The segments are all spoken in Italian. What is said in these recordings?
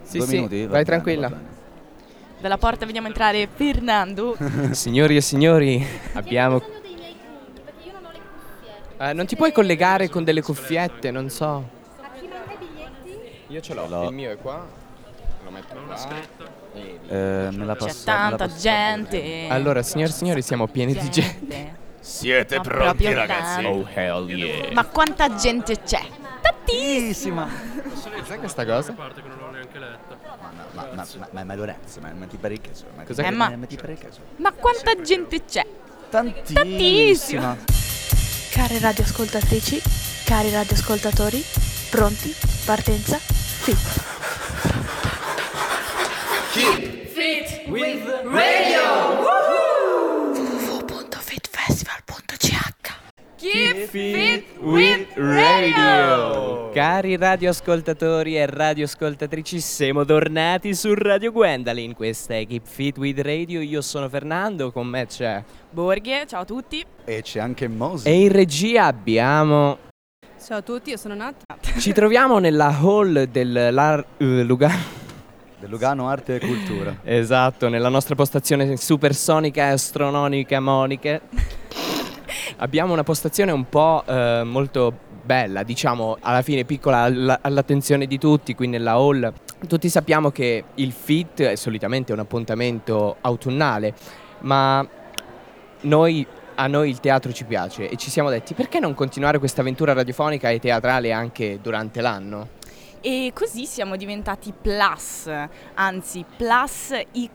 Sì, 2 sì, minuti? vai Va tranquilla. bene. Dalla porta vediamo entrare Fernando. Signori e signori, abbiamo... Ho bisogno dei miei punti perché io non ho le cuffie. non ti puoi collegare con delle cuffiette, non so. A chi manca i biglietti? Io ce l'ho, l'ho. il mio è qua. Lo metto qua. Me la C'è passa, tanta gente. Allora, signori e signori, siamo pieni di gente. Siete Ma pronti, proprio ragazzi? tanto. Oh, hell yeah. Ma quanta gente c'è? Tantissima! Cos'è questa cosa? Ma Lorenzo, ma ti pare il caso? Cos'è che- ma- ti pare il caso? Ma quanta gente c'è? Tantissima! Care radioascoltatrici, cari radioascoltatori, pronti? Partenza? Fit! www.fitfestival.ch Keep Fit with Radio. Cari radioascoltatori e radioascoltatrici, siamo tornati su Radio Gwendolyn. Questa è Keep Fit with Radio. Io sono Fernando, con me c'è. Borghe, ciao a tutti. E c'è anche Mosi. E in regia abbiamo. Ciao a tutti, io sono Nat. Ci troviamo nella hall del Lugano. Del Lugano Arte e Cultura. Esatto, nella nostra postazione supersonica e astronomica Moniche. Abbiamo una postazione un po' molto bella, diciamo alla fine piccola all'attenzione di tutti qui nella hall. Tutti sappiamo che il FIT è solitamente un appuntamento autunnale, ma a noi il teatro ci piace e ci siamo detti perché non continuare questa avventura radiofonica e teatrale anche durante l'anno? E così siamo diventati Plus, anzi Plus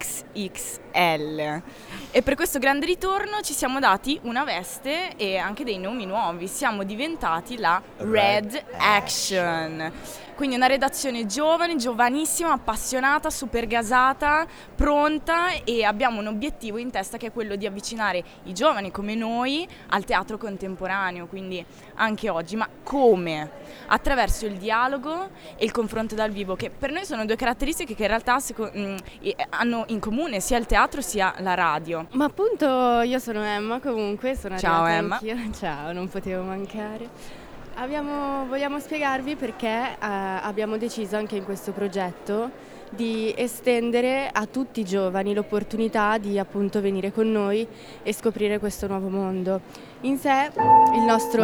XXL. E per questo grande ritorno ci siamo dati una veste e anche dei nomi nuovi. Siamo diventati la Red Action. Quindi una redazione giovane, giovanissima, appassionata, super gasata, pronta, e abbiamo un obiettivo in testa che è quello di avvicinare i giovani come noi al teatro contemporaneo, quindi anche oggi. Ma come? Attraverso il dialogo e il confronto dal vivo, che per noi sono due caratteristiche che in realtà hanno in comune sia il teatro sia la radio. Ma appunto io sono Emma, comunque sono Ciao, arrivata Emma. anch'io. Ciao, non potevo mancare. Vogliamo spiegarvi perché abbiamo deciso anche in questo progetto di estendere a tutti i giovani l'opportunità di appunto venire con noi e scoprire questo nuovo mondo. In sé il nostro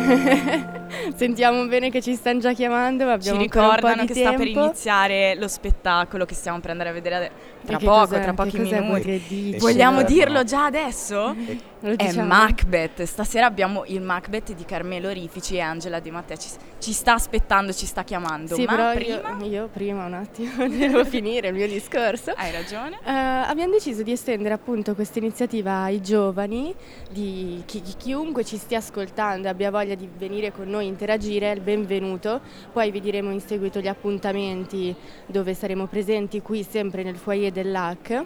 sentiamo bene che ci stanno già chiamando, ma Ci abbiamo ancora un po' ricordano di che tempo. sta per iniziare lo spettacolo che stiamo per andare a vedere tra Che poco, cos'è? tra pochi Che cos'è? minuti. Che dici? Vogliamo Sì, dirlo no. già adesso? Lo È diciamo? Macbeth. Stasera abbiamo il Macbeth di Carmelo Rifici e Angela Di Matteo. Ci sta aspettando, ci sta chiamando. Sì, ma però prima io prima un attimo devo finire il mio discorso. hai ragione. Abbiamo deciso di estendere appunto questa iniziativa ai giovani, di chiunque ci stia ascoltando e abbia voglia di venire con noi, interagire, è il benvenuto. Poi vi diremo in seguito gli appuntamenti dove saremo presenti qui sempre nel foyer dell'AC.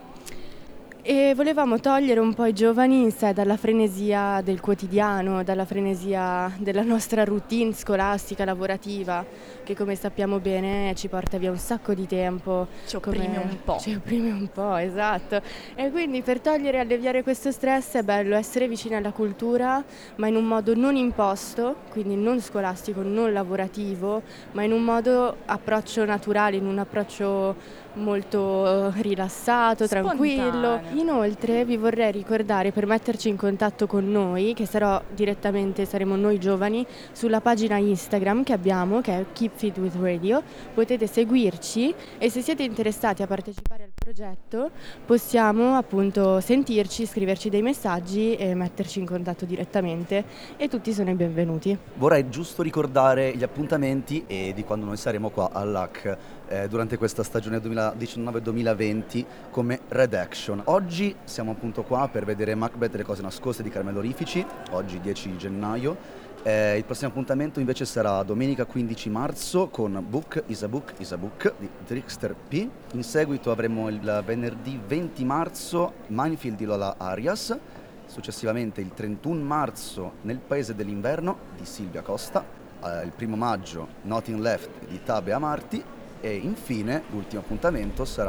E volevamo togliere un po' i giovani in sé dalla frenesia del quotidiano, dalla frenesia della nostra routine scolastica, lavorativa, che come sappiamo bene ci porta via un sacco di tempo. Ci opprime un po'. Ci opprime un po', esatto. E quindi per togliere e alleviare questo stress è bello essere vicini alla cultura, ma in un modo non imposto, quindi non scolastico, non lavorativo, ma in un modo approccio naturale, in un approccio molto rilassato, tranquillo. Spontaneo. Inoltre vi vorrei ricordare, per metterci in contatto con noi, che saremo noi giovani, sulla pagina Instagram che abbiamo, che è Keep Fit with Radio, potete seguirci e se siete interessati a partecipare al progetto possiamo appunto sentirci, scriverci dei messaggi e metterci in contatto direttamente, e tutti sono i benvenuti. Vorrei giusto ricordare gli appuntamenti e di quando noi saremo qua all'AC durante questa stagione 2019-2020 come Red Action. Oggi siamo appunto qua per vedere Macbeth e le cose nascoste di Carmelo Rifici, oggi 10 gennaio. Il prossimo appuntamento invece sarà domenica 15 marzo con Book is a Book is a Book di Trickster P. In seguito avremo il venerdì 20 marzo Minefield di Lola Arias. Successivamente il 31 marzo Nel Paese dell'Inverno di Silvia Costa. Il 1 maggio Nothing Left di Tabe Amarti. E infine l'ultimo appuntamento sarà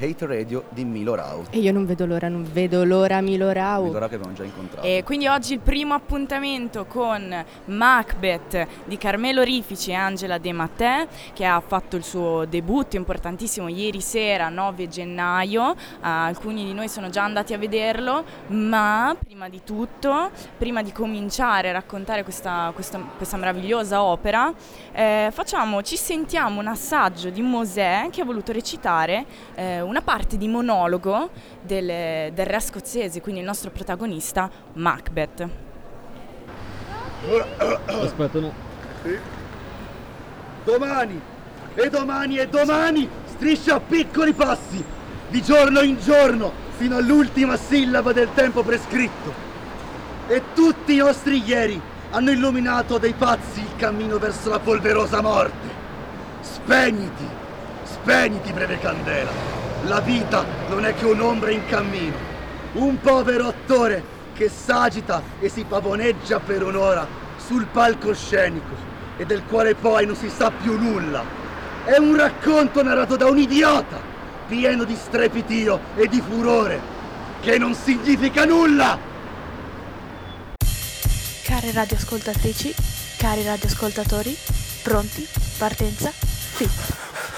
Hate Radio di Milo Rau. E io non vedo l'ora Milo Rau. Milo Rau che abbiamo già incontrato. E quindi oggi il primo appuntamento con Macbeth di Carmelo Rifici e Angela De Mattè, che ha fatto il suo debutto importantissimo ieri sera, 9 gennaio. Alcuni di noi sono già andati a vederlo, ma prima di tutto, prima di cominciare a raccontare questa meravigliosa opera, ci sentiamo un assaggio di Mosè, che ha voluto recitare una parte di monologo del re scozzese, quindi il nostro protagonista Macbeth. Aspetta, no. Domani striscia a piccoli passi, di giorno in giorno, fino all'ultima sillaba del tempo prescritto. E tutti i nostri ieri hanno illuminato dei pazzi il cammino verso la polverosa morte. Spegniti, breve candela. La vita non è che un'ombra in cammino, un povero attore che s'agita e si pavoneggia per un'ora sul palcoscenico e del quale poi non si sa più nulla. È un racconto narrato da un idiota, pieno di strepitio e di furore, che non significa nulla! Care radioascoltatrici, cari radioascoltatori, pronti? Partenza? Fit!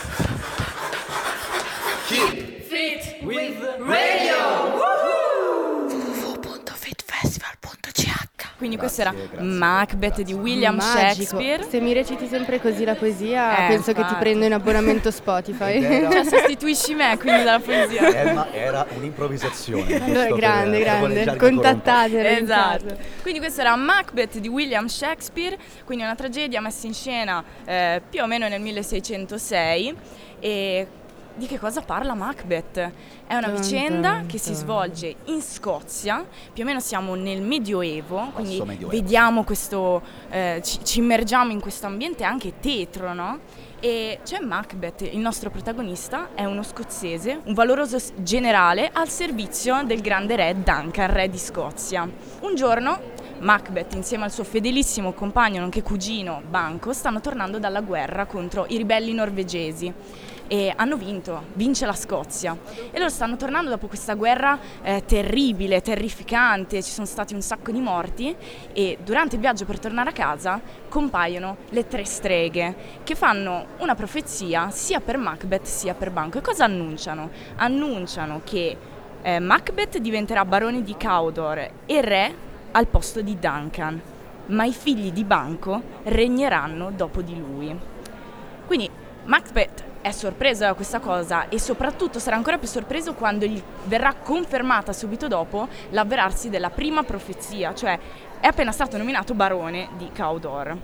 www.fitfestival.ch. Quindi questo Grazie, era grazie, Macbeth grazie. di William Magico. Shakespeare. Se mi reciti sempre così la poesia, penso che ti infatti. prendo in abbonamento Spotify. Ed era- Cioè, sostituisci me quindi dalla poesia. Ma era un'improvvisazione. Allora, giusto per grande, favoleggiare il contattatele. in Esatto. caso. Quindi questo era Macbeth di William Shakespeare, quindi una tragedia messa in scena più o meno nel 1606. E di che cosa parla Macbeth? È una vicenda che si svolge in Scozia, più o meno siamo nel Medioevo, quindi Medioevo. vediamo questo, ci immergiamo in questo ambiente anche tetro, no? E c'è Macbeth, il nostro protagonista, è uno scozzese, un valoroso generale al servizio del grande re Duncan, re di Scozia. Un giorno Macbeth, insieme al suo fedelissimo compagno, nonché cugino Banco, stanno tornando dalla guerra contro i ribelli norvegesi e hanno vince la Scozia. E loro stanno tornando dopo questa guerra terribile, terrificante, ci sono stati un sacco di morti e durante il viaggio per tornare a casa compaiono le 3 streghe che fanno una profezia sia per Macbeth sia per Banco. E cosa annunciano? Annunciano che Macbeth diventerà barone di Cawdor e re al posto di Duncan, ma i figli di Banco regneranno dopo di lui. Quindi Macbeth è sorpreso da questa cosa e soprattutto sarà ancora più sorpreso quando gli verrà confermata subito dopo l'avverarsi della prima profezia, cioè è appena stato nominato barone di Cawdor.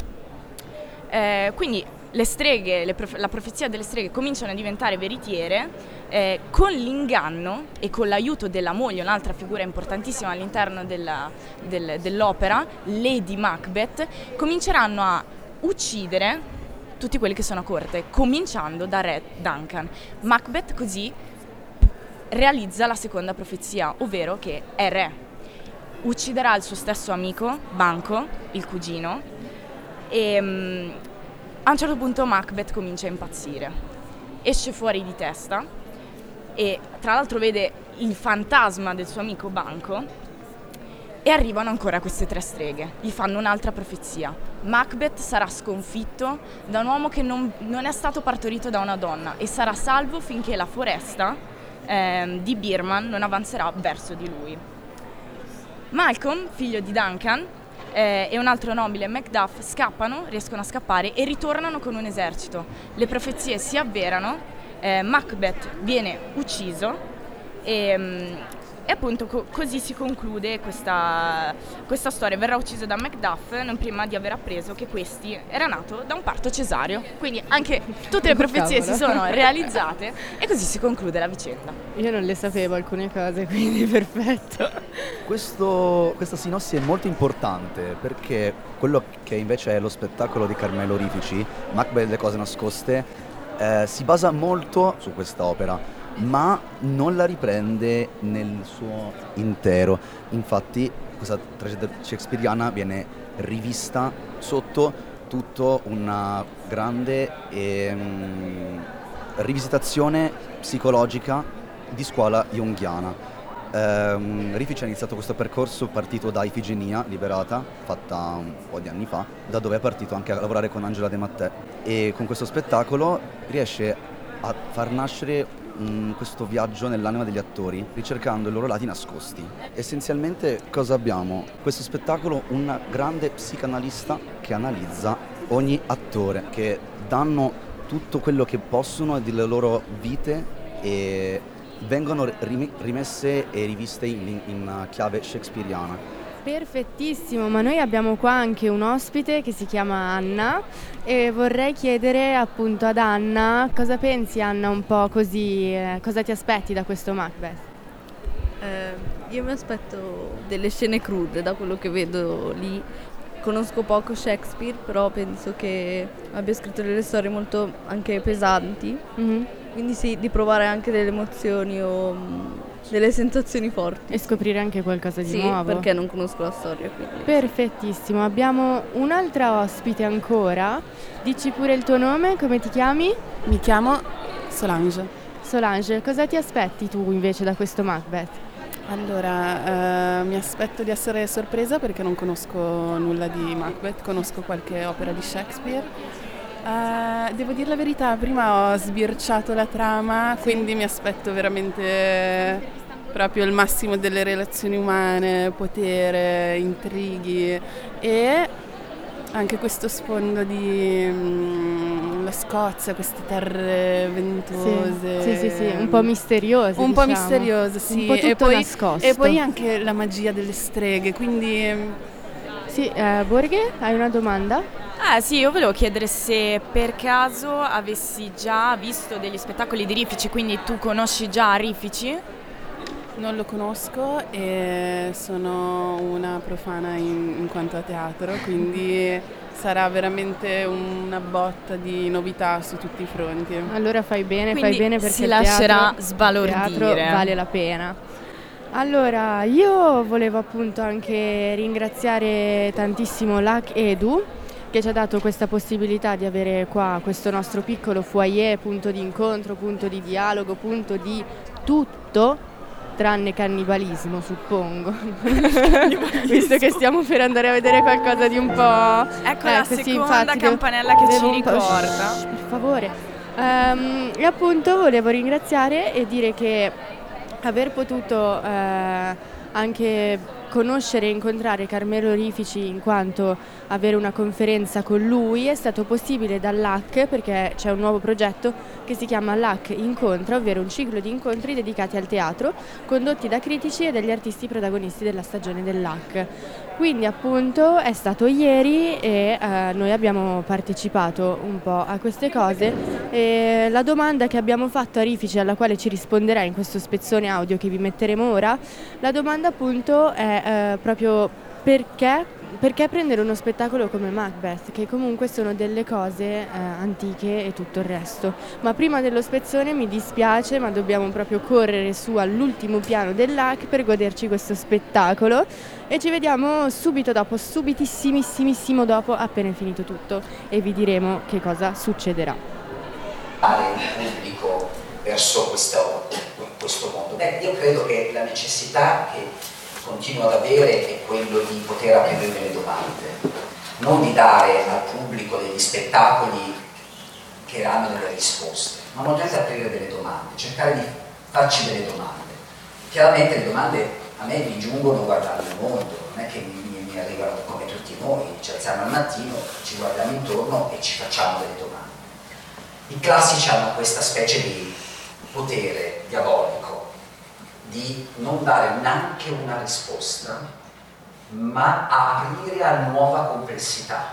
Quindi le streghe, la profezia delle streghe cominciano a diventare veritiere. Con l'inganno e con l'aiuto della moglie, un'altra figura importantissima all'interno dell'opera, Lady Macbeth, cominceranno a uccidere tutti quelli che sono a corte, cominciando da re Duncan. Macbeth così realizza la seconda profezia, ovvero che è re. Ucciderà il suo stesso amico, Banco, il cugino, e a un certo punto Macbeth comincia a impazzire. Esce fuori di testa e tra l'altro vede il fantasma del suo amico Banco e arrivano ancora queste 3 streghe, gli fanno un'altra profezia. Macbeth sarà sconfitto da un uomo che non è stato partorito da una donna e sarà salvo finché la foresta di Birman non avanzerà verso di lui. Malcolm, figlio di Duncan, e un altro nobile, Macduff, riescono a scappare e ritornano con un esercito. Le profezie si avverano, Macbeth viene ucciso e appunto così si conclude questa storia. Verrà ucciso da Macduff non prima di aver appreso che questi era nato da un parto cesareo. Quindi anche tutte le profezie si sono realizzate e così si conclude la vicenda. Io non le sapevo alcune cose, quindi perfetto. Questa sinossi è molto importante perché quello che invece è lo spettacolo di Carmelo Rifici, Macbeth le cose nascoste, si basa molto su questa opera, ma non la riprende nel suo intero. Infatti questa tragedia shakespeariana viene rivista sotto tutta una grande rivisitazione psicologica di scuola junghiana. Rifici ha iniziato questo percorso partito da Ifigenia Liberata, fatta un po' di anni fa, da dove è partito anche a lavorare con Angela De Mattè, e con questo spettacolo riesce a far nascere questo viaggio nell'anima degli attori, ricercando i loro lati nascosti. Essenzialmente cosa abbiamo? Questo spettacolo, un grande psicanalista che analizza ogni attore, che danno tutto quello che possono delle loro vite e vengono rimesse e riviste in chiave shakespeariana. Perfettissimo, ma noi abbiamo qua anche un ospite che si chiama Anna e vorrei chiedere appunto ad Anna cosa pensi, Anna, un po' così, cosa ti aspetti da questo Macbeth? Io mi aspetto delle scene crude da quello che vedo lì. Conosco poco Shakespeare, però penso che abbia scritto delle storie molto anche pesanti. Mm-hmm. Quindi sì, di provare anche delle emozioni o delle sensazioni forti. E scoprire anche qualcosa di nuovo. Sì, perché non conosco la storia. Quindi. Perfettissimo, abbiamo un'altra ospite ancora. Dici pure il tuo nome, come ti chiami? Mi chiamo Solange. Solange, cosa ti aspetti tu invece da questo Macbeth? Allora, mi aspetto di essere sorpresa perché non conosco nulla di Macbeth, conosco qualche opera di Shakespeare. Devo dire la verità, prima ho sbirciato la trama, quindi mi aspetto veramente proprio il massimo delle relazioni umane, potere, intrighi e anche questo sfondo di la Scozia, queste terre ventose. Sì, un po' misteriose. Un po' misteriose, sì. Un po' tutto nascosto. E poi anche la magia delle streghe, quindi... Sì, Borghe, hai una domanda? Sì, io volevo chiedere se per caso avessi già visto degli spettacoli di Rifici, quindi tu conosci già Rifici? Non lo conosco e sono una profana in quanto a teatro, quindi sarà veramente una botta di novità su tutti i fronti. Allora fai bene perché si lascerà sbalordire. Il teatro vale la pena. Allora, io volevo appunto anche ringraziare tantissimo l'AC Edu che ci ha dato questa possibilità di avere qua questo nostro piccolo foyer, punto di incontro, punto di dialogo, punto di tutto, tranne cannibalismo, suppongo. Visto che stiamo per andare a vedere qualcosa di un po'... Ecco la seconda campanella che ci ricorda. Per favore. E appunto volevo ringraziare e dire che aver potuto anche conoscere e incontrare Carmelo Rifici in quanto avere una conferenza con lui è stato possibile dall'AC perché c'è un nuovo progetto che si chiama l'AC Incontra, ovvero un ciclo di incontri dedicati al teatro condotti da critici e dagli artisti protagonisti della stagione dell'AC. Quindi appunto è stato ieri e noi abbiamo partecipato un po' a queste cose e la domanda che abbiamo fatto a Rifici, alla quale ci risponderà in questo spezzone audio che vi metteremo ora, la domanda appunto è proprio perché prendere uno spettacolo come Macbeth, che comunque sono delle cose antiche e tutto il resto. Ma prima dello spezzone mi dispiace, ma dobbiamo proprio correre su all'ultimo piano dell'AC per goderci questo spettacolo e ci vediamo subito dopo, subitissimissimo dopo, appena è finito tutto e vi diremo che cosa succederà. Il pubblico verso questo mondo. Io credo che la necessità che continuo ad avere è quello di poter aprire delle domande, non di dare al pubblico degli spettacoli che hanno delle risposte, ma vogliamo aprire delle domande, cercare di farci delle domande. Chiaramente le domande a me mi giungono guardando il mondo, non è che mi arrivano come tutti noi, ci alziamo al mattino, ci guardiamo intorno e ci facciamo delle domande. I classici hanno questa specie di potere diabolico di non dare neanche una risposta, ma aprire a nuova complessità.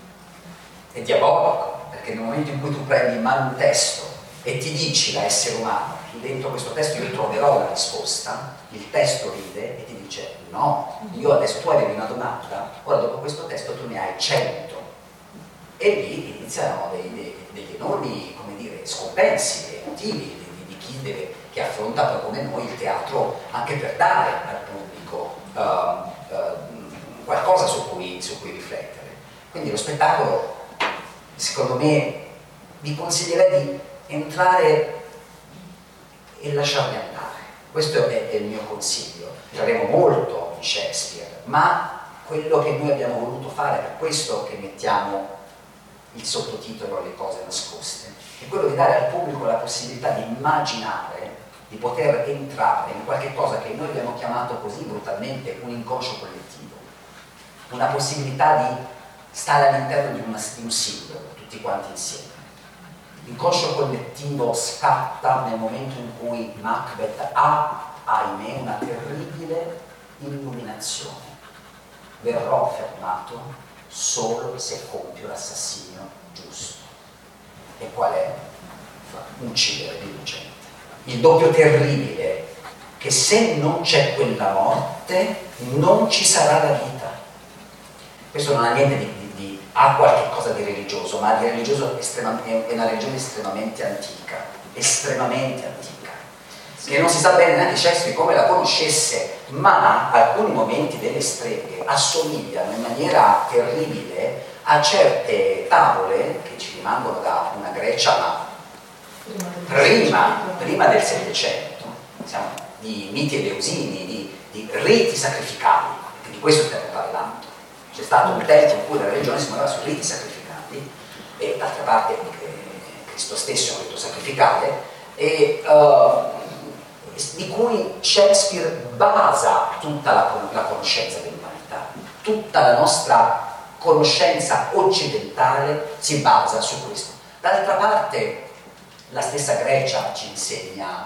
È diabolico, perché nel momento in cui tu prendi in mano un testo e ti dici da essere umano, dentro questo testo io troverò la risposta, il testo ride e ti dice no, io adesso tu avevi una domanda, ora dopo questo testo tu ne hai 100. E lì iniziano degli enormi, come dire, scompensi emotivi di chi che affronta poi come noi il teatro anche per dare al pubblico qualcosa su cui riflettere. Quindi lo spettacolo, secondo me, vi consiglierei di entrare e lasciarli andare. Questo è il mio consiglio. Entreremo molto in Shakespeare, ma quello che noi abbiamo voluto fare, per questo che mettiamo il sottotitolo Le cose nascoste, è quello di dare al pubblico la possibilità di immaginare, di poter entrare in qualche cosa che noi abbiamo chiamato così brutalmente un inconscio collettivo, una possibilità di stare all'interno di un simbolo, tutti quanti insieme. L'inconscio collettivo scatta nel momento in cui Macbeth ha, ahimè, una terribile illuminazione. Verrò fermato solo se compio l'assassinio giusto. E qual è? Uccidere l'innocente. Il doppio terribile, che se non c'è quella morte non ci sarà la vita. Questo non ha niente ha qualche cosa di religioso, ma di religioso è una religione estremamente antica, che non si sa bene neanche Shakespeare come la conoscesse, ma alcuni momenti delle streghe assomigliano in maniera terribile a certe tavole che ci rimangono da una Grecia, ma prima del Settecento, di miti eleusini, di riti sacrificali, perché di questo stiamo parlando. C'è stato un tempo in cui la religione si muoveva su riti sacrificali, e d'altra parte Cristo stesso è un rito sacrificale, e di cui Shakespeare basa tutta la conoscenza dell'umanità. Tutta la nostra conoscenza occidentale si basa su questo. D'altra parte la stessa Grecia ci insegna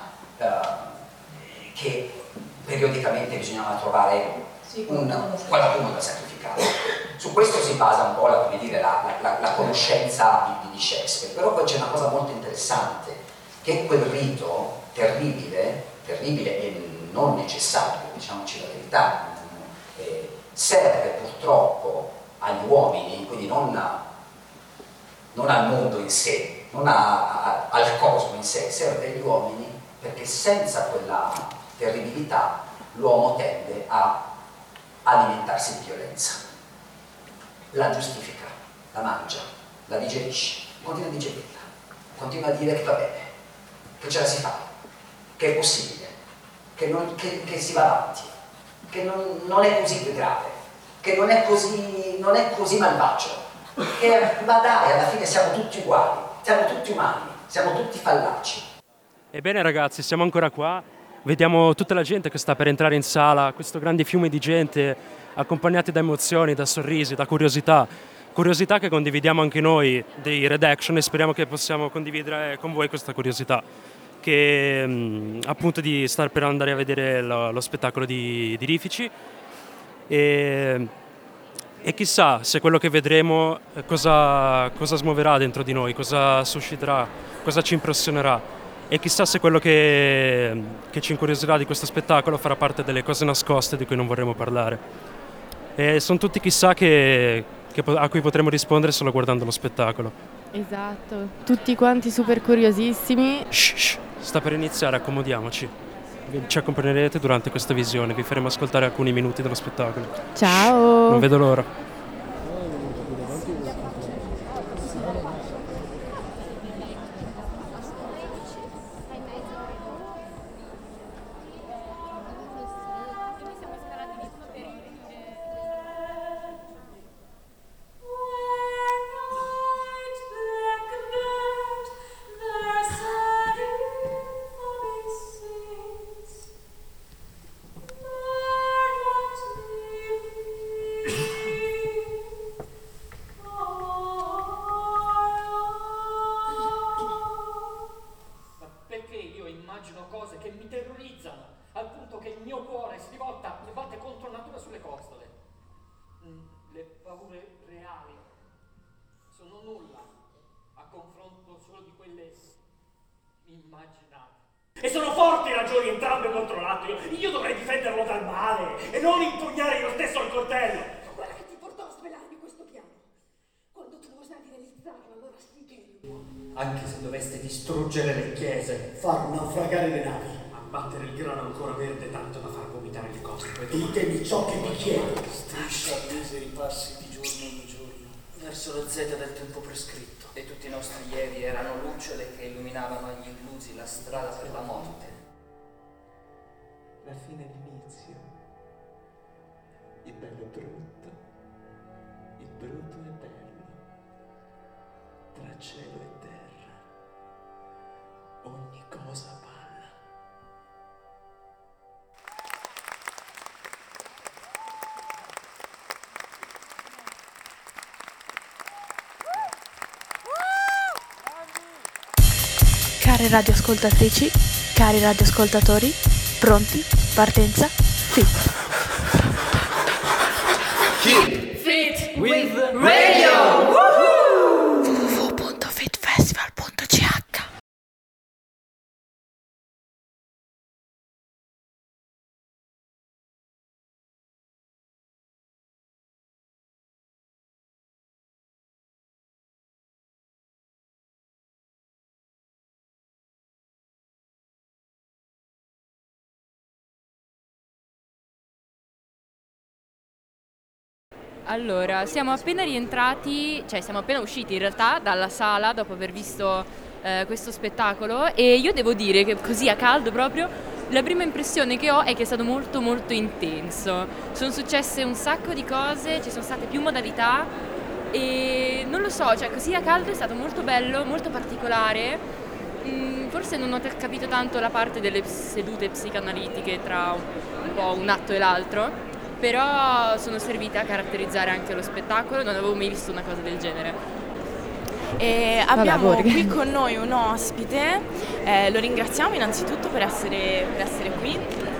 che periodicamente bisognava trovare qualcuno da sacrificare. Su questo si basa un po' la conoscenza di Shakespeare. Però poi c'è una cosa molto interessante, che quel rito terribile e non necessario, diciamoci la verità, serve purtroppo agli uomini, quindi non al mondo in sé, non al cosmo in sé, serve agli uomini perché senza quella terribilità l'uomo tende a alimentarsi di violenza, la giustifica, la mangia, la digerisce, continua a digerirla, continua a dire che va bene, che ce la si fa, che è possibile, che si va avanti, che non è così grave, che non è così malvagio, che ma dai, alla fine siamo tutti uguali, siamo tutti umani, siamo tutti fallaci. Ebbene ragazzi, siamo ancora qua, vediamo tutta la gente che sta per entrare in sala, questo grande fiume di gente accompagnati da emozioni, da sorrisi, da curiosità che condividiamo anche noi dei Red Action, e speriamo che possiamo condividere con voi questa curiosità, che appunto di star per andare a vedere lo spettacolo di Rifici, e chissà se quello che vedremo cosa smuoverà dentro di noi, cosa susciterà, cosa ci impressionerà, e chissà se quello che ci incuriosirà di questo spettacolo farà parte delle cose nascoste di cui non vorremmo parlare. E sono tutti chissà a cui potremo rispondere solo guardando lo spettacolo. Esatto, tutti quanti super curiosissimi. Shh, sta per iniziare, accomodiamoci. Ci accompagnerete durante questa visione, vi faremo ascoltare alcuni minuti dello spettacolo. Ciao! Non vedo l'ora. E sono forti ragioni entrambe contro l'altro. Io dovrei difenderlo dal male e non impugnare io stesso il coltello. Quella che ti portò a svelarmi questo piano. Quando tu osavi realizzarlo, allora sì che eri uomo. Anche se doveste distruggere le chiese, Far naufragare le navi, abbattere il grano ancora verde tanto da far vomitare il corpo. ditemi ciò che vi chiedo. Striscia miseri passi di giorno in giorno verso lo Z del tempo prescritto. E tutti i nostri ieri erano lucciole che illuminavano agli illusi la strada per la morte. la fine è l'inizio. Il bello è brutto, il brutto è bello. Tra cielo e terra, ogni cosa balla. Care radioascoltatrici, cari radioascoltatori, pronti? Partenza? Fit! Fit with Radio! www.fitfestival.ch Allora, siamo appena rientrati, cioè siamo appena usciti in realtà dalla sala dopo aver visto questo spettacolo e io devo dire che così a caldo proprio la prima impressione che ho è che è stato molto molto intenso. Sono successe un sacco di cose, ci sono state più modalità e non lo so, cioè così a caldo è stato molto bello, molto particolare. Forse non ho capito tanto la parte delle sedute psicanalitiche tra un po' un atto e l'altro. Però sono servite a caratterizzare anche lo spettacolo, non avevo mai visto una cosa del genere. E abbiamo qui con noi un ospite, lo ringraziamo innanzitutto per essere qui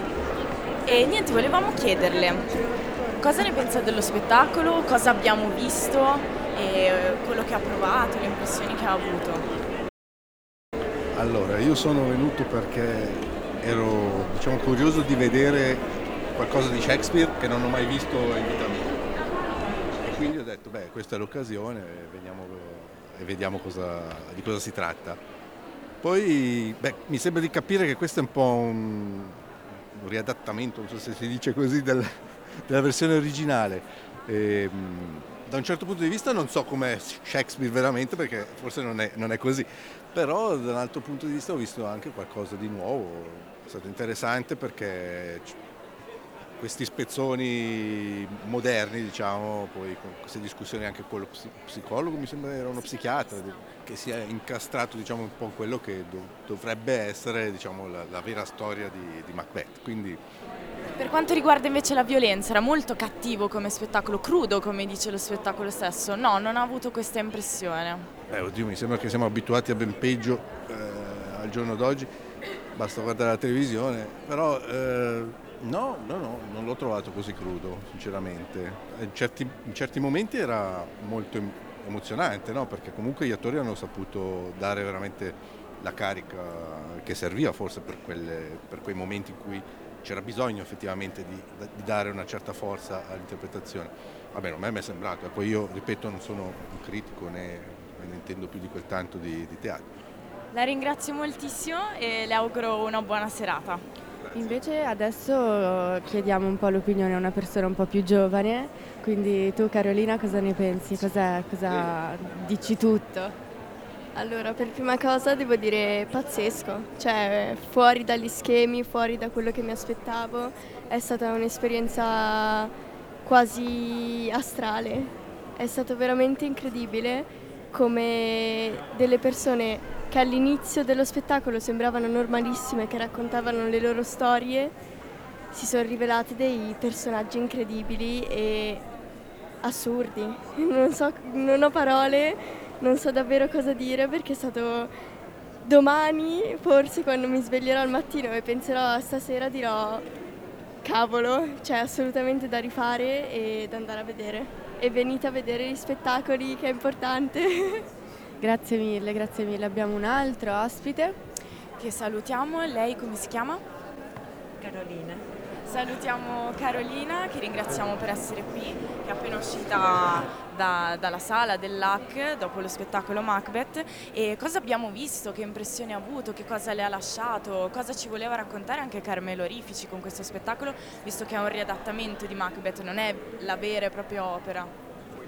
e niente, volevamo chiederle cosa ne pensa dello spettacolo, cosa abbiamo visto e quello che ha provato, le impressioni che ha avuto. Allora, io sono venuto perché ero curioso di vedere qualcosa di Shakespeare che non ho mai visto in vita mia e quindi ho detto questa è l'occasione e vediamo di cosa si tratta. Poi mi sembra di capire che questo è un po' un riadattamento, non so se si dice così, della versione originale. Da un certo punto di vista non so com'è Shakespeare veramente, perché forse non è così, però da un altro punto di vista ho visto anche qualcosa di nuovo, è stato interessante perché questi spezzoni moderni, poi con queste discussioni anche con lo psicologo, mi sembra era uno psichiatra, che si è incastrato un po' in quello che dovrebbe essere la vera storia di Macbeth. Quindi Per quanto riguarda invece la violenza, era molto cattivo come spettacolo, crudo come dice lo spettacolo stesso. No, non ho avuto questa impressione. Oddio, mi sembra che siamo abituati a ben peggio al giorno d'oggi, basta guardare la televisione, però no, non l'ho trovato così crudo, sinceramente. In certi momenti era molto emozionante, no? Perché comunque gli attori hanno saputo dare veramente la carica che serviva forse per quei momenti in cui c'era bisogno effettivamente di dare una certa forza all'interpretazione. Vabbè, a me è sembrato, e poi io, ripeto, non sono un critico né ne intendo più di quel tanto di teatro. La ringrazio moltissimo e le auguro una buona serata. Invece adesso chiediamo un po' l'opinione a una persona un po' più giovane, quindi tu Carolina cosa ne pensi? Cosa dici tutto? Allora, per prima cosa devo dire pazzesco, cioè fuori dagli schemi, fuori da quello che mi aspettavo, è stata un'esperienza quasi astrale, è stato veramente incredibile come delle persone che all'inizio dello spettacolo sembravano normalissime, che raccontavano le loro storie, si sono rivelate dei personaggi incredibili e assurdi. Non ho parole, non so davvero cosa dire perché è stato domani, forse quando mi sveglierò al mattino e penserò stasera dirò cavolo, c'è assolutamente da rifare e da andare a vedere. E venite a vedere gli spettacoli, che è importante. Grazie mille. Abbiamo un altro ospite. Che salutiamo, lei come si chiama? Carolina. Salutiamo Carolina, che ringraziamo per essere qui, che è appena uscita dalla sala dell'AC dopo lo spettacolo Macbeth. E cosa abbiamo visto, che impressioni ha avuto, che cosa le ha lasciato, cosa ci voleva raccontare anche Carmelo Rifici con questo spettacolo, visto che è un riadattamento di Macbeth, non è la vera e propria opera.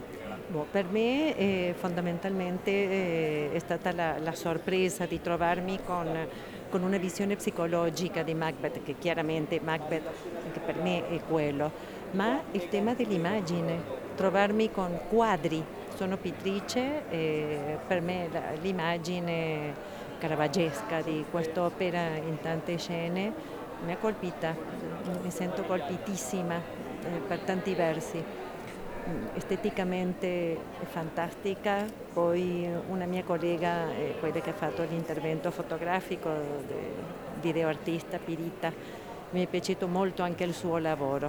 Per me fondamentalmente è stata la sorpresa di trovarmi con con una visione psicologica di Macbeth, che chiaramente Macbeth anche per me è quello, ma il tema dell'immagine, trovarmi con quadri, sono pittrice e per me l'immagine caravaggesca di quest'opera in tante scene mi ha colpita, mi sento colpitissima per tanti versi. Esteticamente è fantastica, poi una mia collega, quella che ha fatto l'intervento fotografico, videoartista Pirita, mi è piaciuto molto anche il suo lavoro.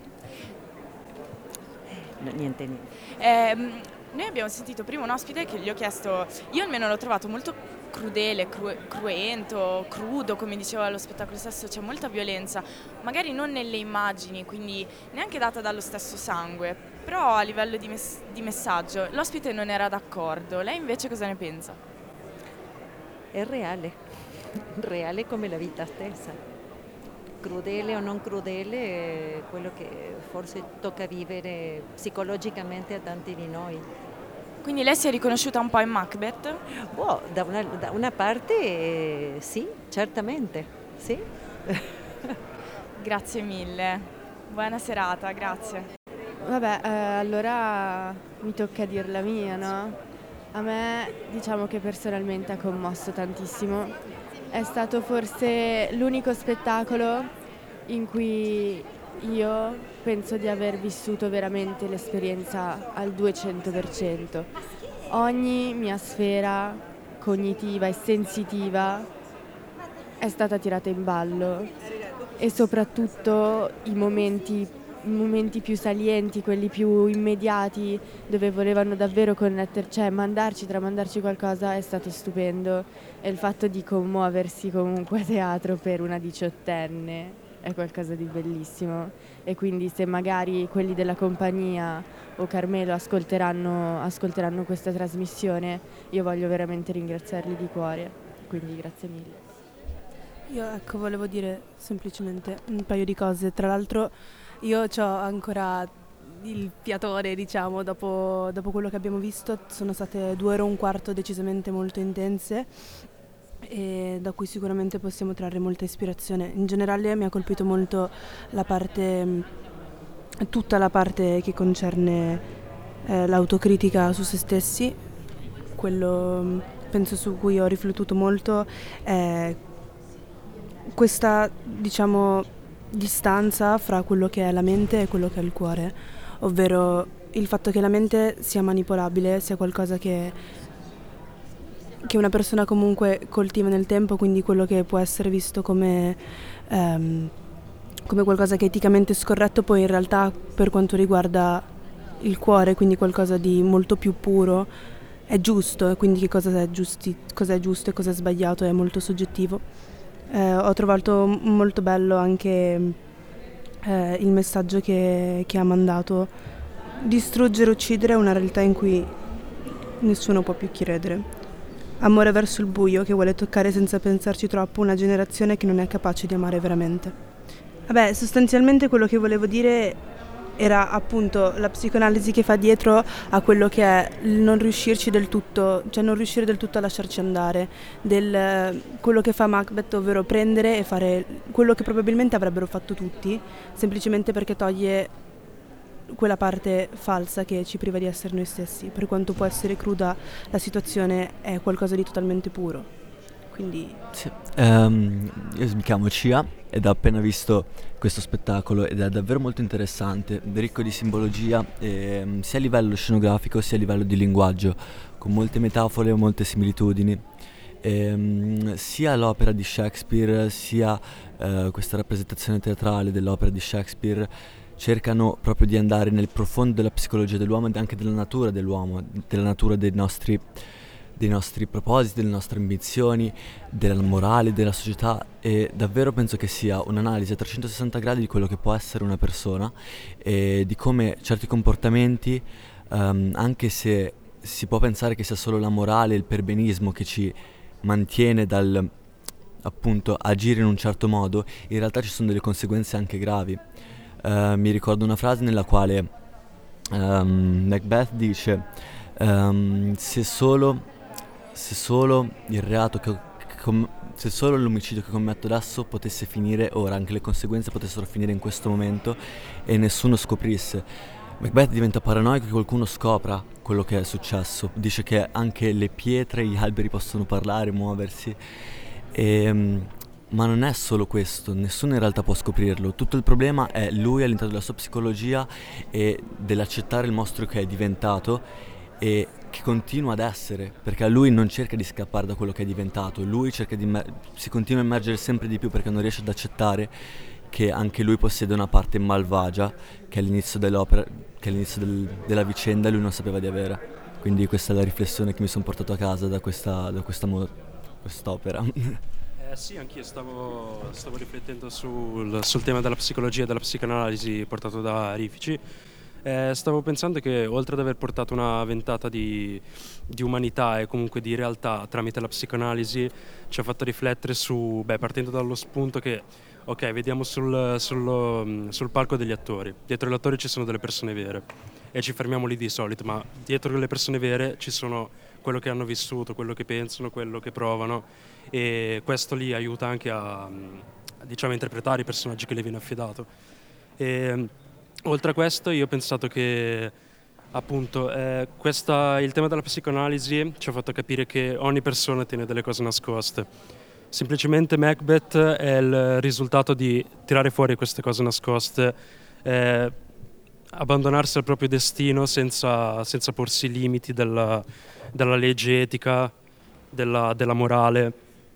Niente. Noi abbiamo sentito prima un ospite che gli ho chiesto, io almeno l'ho trovato molto crudele, cruento, crudo, come diceva lo spettacolo stesso, c'è molta violenza, magari non nelle immagini, quindi neanche data dallo stesso sangue, però a livello di messaggio. L'ospite non era d'accordo, lei invece cosa ne pensa? È reale come la vita stessa. Crudele o non crudele è quello che forse tocca vivere psicologicamente a tanti di noi. Quindi lei si è riconosciuta un po' in Macbeth? Da una parte sì, certamente, sì. Grazie mille, buona serata, grazie. Vabbè, allora mi tocca dir la mia, no? A me diciamo che personalmente ha commosso tantissimo. È stato forse l'unico spettacolo in cui io penso di aver vissuto veramente l'esperienza al 200%. Ogni mia sfera cognitiva e sensitiva è stata tirata in ballo e soprattutto i momenti più salienti, quelli più immediati, dove volevano davvero tramandarci qualcosa, è stato stupendo. E il fatto di commuoversi comunque a teatro per una 18enne è qualcosa di bellissimo. E quindi se magari quelli della compagnia o Carmelo ascolteranno questa trasmissione, io voglio veramente ringraziarli di cuore. Quindi grazie mille. Io volevo dire semplicemente un paio di cose. Tra l'altro io ho ancora il fiatore, diciamo, dopo quello che abbiamo visto. Sono state 2 ore e un quarto decisamente molto intense e da cui sicuramente possiamo trarre molta ispirazione. In generale mi ha colpito molto tutta la parte che concerne l'autocritica su se stessi. Quello penso su cui ho riflettuto molto è questa, diciamo, distanza fra quello che è la mente e quello che è il cuore, ovvero il fatto che la mente sia manipolabile, sia qualcosa che una persona comunque coltiva nel tempo, quindi quello che può essere visto come qualcosa che è eticamente scorretto, poi in realtà per quanto riguarda il cuore, quindi qualcosa di molto più puro, è giusto, e quindi che cosa è giusto e cosa è sbagliato è molto soggettivo. Ho trovato molto bello anche il messaggio che ha mandato: distruggere, uccidere è una realtà in cui nessuno può più credere. Amore verso il buio che vuole toccare senza pensarci troppo una generazione che non è capace di amare veramente. Vabbè, sostanzialmente quello che volevo dire era appunto la psicoanalisi che fa dietro a quello che è il non riuscirci del tutto, cioè non riuscire del tutto a lasciarci andare, quello che fa Macbeth, ovvero prendere e fare quello che probabilmente avrebbero fatto tutti, semplicemente perché toglie quella parte falsa che ci priva di essere noi stessi. Per quanto può essere cruda, la situazione è qualcosa di totalmente puro. Quindi sì. Io mi chiamo Cia ed ho appena visto questo spettacolo ed è davvero molto interessante, ricco di simbologia, sia a livello scenografico sia a livello di linguaggio, con molte metafore e molte similitudini. Sia l'opera di Shakespeare sia questa rappresentazione teatrale dell'opera di Shakespeare cercano proprio di andare nel profondo della psicologia dell'uomo e anche della natura dell'uomo, della natura dei nostri propositi, delle nostre ambizioni, della morale, della società, e davvero penso che sia un'analisi a 360 gradi di quello che può essere una persona e di come certi comportamenti, anche se si può pensare che sia solo la morale e il perbenismo che ci mantiene dal appunto agire in un certo modo, in realtà ci sono delle conseguenze anche gravi. Mi ricordo una frase nella quale Macbeth dice se solo il reato se solo l'omicidio che commetto adesso potesse finire ora, anche le conseguenze potessero finire in questo momento e nessuno scoprisse. Macbeth diventa paranoico che qualcuno scopra quello che è successo. Dice che anche le pietre, gli alberi possono parlare, muoversi. Ma non è solo questo, nessuno in realtà può scoprirlo. Tutto il problema è lui all'interno della sua psicologia e dell'accettare il mostro che è diventato e che continua ad essere, perché lui non cerca di scappare da quello che è diventato, lui cerca si continua a immergere sempre di più perché non riesce ad accettare che anche lui possiede una parte malvagia che all'inizio dell'opera, che all'inizio della vicenda lui non sapeva di avere. Quindi questa è la riflessione che mi sono portato a casa da quest'opera. Sì, anch'io stavo riflettendo sul tema della psicologia e della psicanalisi portato da Rifici. Stavo pensando che oltre ad aver portato una ventata di umanità e comunque di realtà tramite la psicanalisi, ci ha fatto riflettere partendo dallo spunto che, ok, vediamo sul palco degli attori. Dietro gli attori ci sono delle persone vere e ci fermiamo lì di solito, ma dietro le persone vere ci sono quello che hanno vissuto, quello che pensano, quello che provano, e questo lì aiuta anche a interpretare i personaggi che le viene affidato. Oltre a questo io ho pensato che appunto il tema della psicoanalisi ci ha fatto capire che ogni persona tiene delle cose nascoste. Semplicemente Macbeth è il risultato di tirare fuori queste cose nascoste, abbandonarsi al proprio destino senza porsi limiti della legge etica, della morale,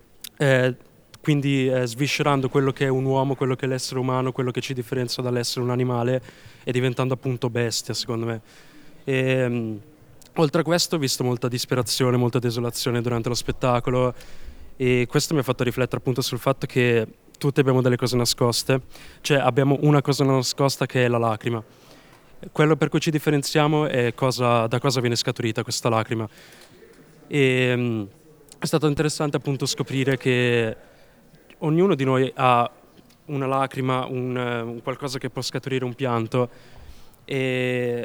quindi sviscerando quello che è un uomo, quello che è l'essere umano, quello che ci differenzia dall'essere un animale e diventando appunto bestia, secondo me. Oltre a questo ho visto molta disperazione, molta desolazione durante lo spettacolo e questo mi ha fatto riflettere appunto sul fatto che tutti abbiamo delle cose nascoste, cioè abbiamo una cosa nascosta che è la lacrima. Quello per cui ci differenziamo è da cosa viene scaturita questa lacrima. E è stato interessante appunto scoprire che ognuno di noi ha una lacrima, un qualcosa che può scaturire un pianto e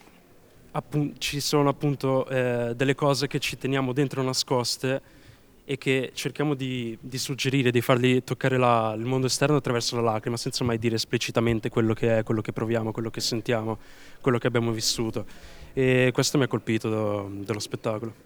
ci sono appunto delle cose che ci teniamo dentro nascoste e che cerchiamo di suggerire, di fargli toccare il mondo esterno attraverso la lacrima, senza mai dire esplicitamente quello che è, quello che proviamo, quello che sentiamo, quello che abbiamo vissuto. E questo mi ha colpito dello spettacolo.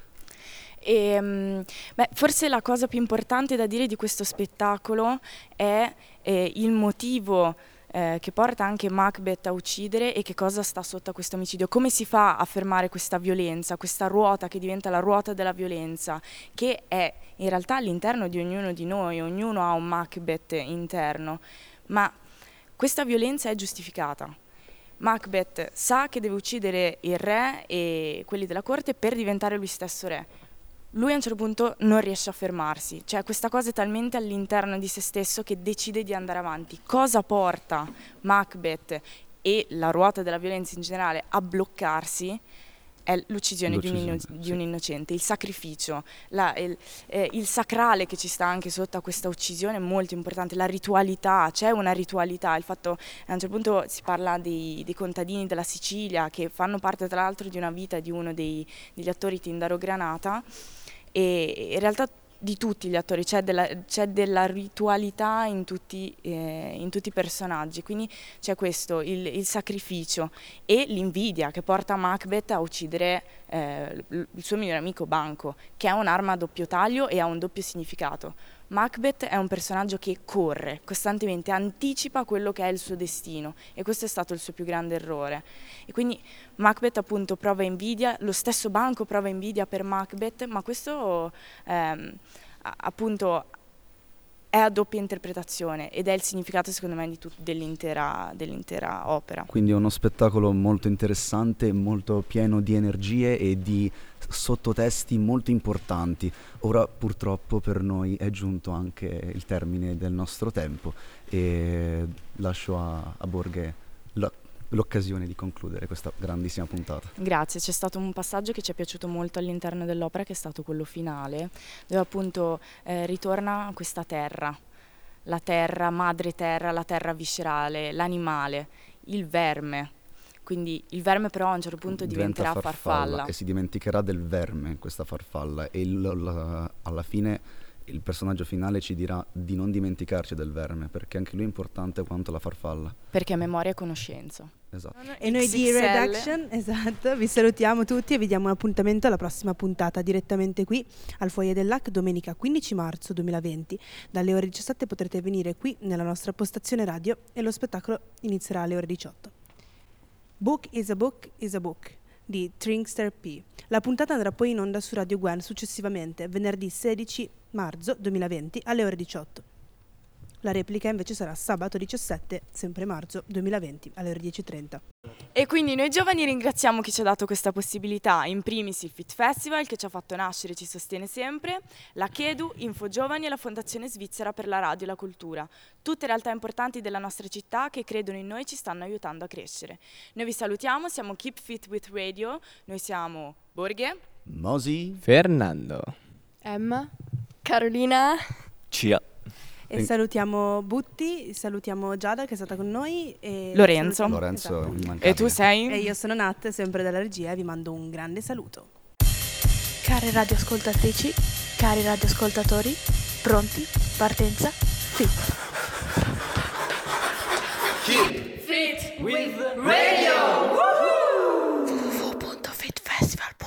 Forse la cosa più importante da dire di questo spettacolo è il motivo che porta anche Macbeth a uccidere e che cosa sta sotto a questo omicidio. Come si fa a fermare questa violenza, questa ruota che diventa la ruota della violenza, che è in realtà all'interno di ognuno di noi, ognuno ha un Macbeth interno, ma questa violenza è giustificata. Macbeth sa che deve uccidere il re e quelli della corte per diventare lui stesso re. Lui a un certo punto non riesce a fermarsi, cioè questa cosa è talmente all'interno di se stesso che decide di andare avanti. Cosa porta Macbeth e la ruota della violenza in generale a bloccarsi? È l'uccisione di un innocente, il sacrificio, il sacrale che ci sta anche sotto a questa uccisione è molto importante, la ritualità, c'è una ritualità, il fatto a un certo punto si parla dei contadini della Sicilia che fanno parte tra l'altro di una vita di uno degli attori Tindaro Granata e in realtà di tutti gli attori, c'è della ritualità in tutti i personaggi, quindi c'è questo, il sacrificio e l'invidia che porta Macbeth a uccidere il suo migliore amico Banco, che è un'arma a doppio taglio e ha un doppio significato. Macbeth è un personaggio che corre costantemente, anticipa quello che è il suo destino e questo è stato il suo più grande errore. E quindi Macbeth appunto prova invidia, lo stesso Banco prova invidia per Macbeth, ma questo appunto è a doppia interpretazione ed è il significato secondo me dell'intera opera. Quindi è uno spettacolo molto interessante, molto pieno di energie e di sottotesti molto importanti. Ora purtroppo per noi è giunto anche il termine del nostro tempo e lascio a Borghe l'occasione di concludere questa grandissima puntata. Grazie, c'è stato un passaggio che ci è piaciuto molto all'interno dell'opera che è stato quello finale, dove appunto ritorna questa terra, la terra, madre terra, la terra viscerale, l'animale, il verme. Quindi il verme però a un certo punto diventerà farfalla. E si dimenticherà del verme questa farfalla e alla fine il personaggio finale ci dirà di non dimenticarci del verme, perché anche lui è importante quanto la farfalla. Perché memoria e conoscenza. Esatto. E noi di XXL. Redaction, esatto, vi salutiamo tutti e vi diamo un appuntamento alla prossima puntata direttamente qui al Foyer del LAC domenica 15 marzo 2020. Dalle ore 17 potrete venire qui nella nostra postazione radio e lo spettacolo inizierà alle ore 18. Book is a Book is a Book di Trinkster P. La puntata andrà poi in onda su Radio Gwen successivamente, venerdì 16 marzo 2020 alle ore 18. La replica invece sarà sabato 17, sempre marzo 2020, alle ore 10:30. E quindi noi giovani ringraziamo chi ci ha dato questa possibilità, in primis il Fit Festival che ci ha fatto nascere e ci sostiene sempre, la Chedu, Info Giovani e la Fondazione Svizzera per la Radio e la Cultura, tutte realtà importanti della nostra città che credono in noi e ci stanno aiutando a crescere. Noi vi salutiamo, siamo Keep Fit with Radio, noi siamo Borghe, Mosi, Fernando, Emma, Carolina, Cia. E salutiamo Butti, salutiamo Giada che è stata con noi e Lorenzo. Lorenzo, esatto. immancabile. E tu sei? E io sono Nat, sempre dalla regia, e vi mando un grande saluto. Care radioascoltatrici, cari radioascoltatori, pronti? Partenza? Fit. Keep Fit with Radio! www.fitfestival.com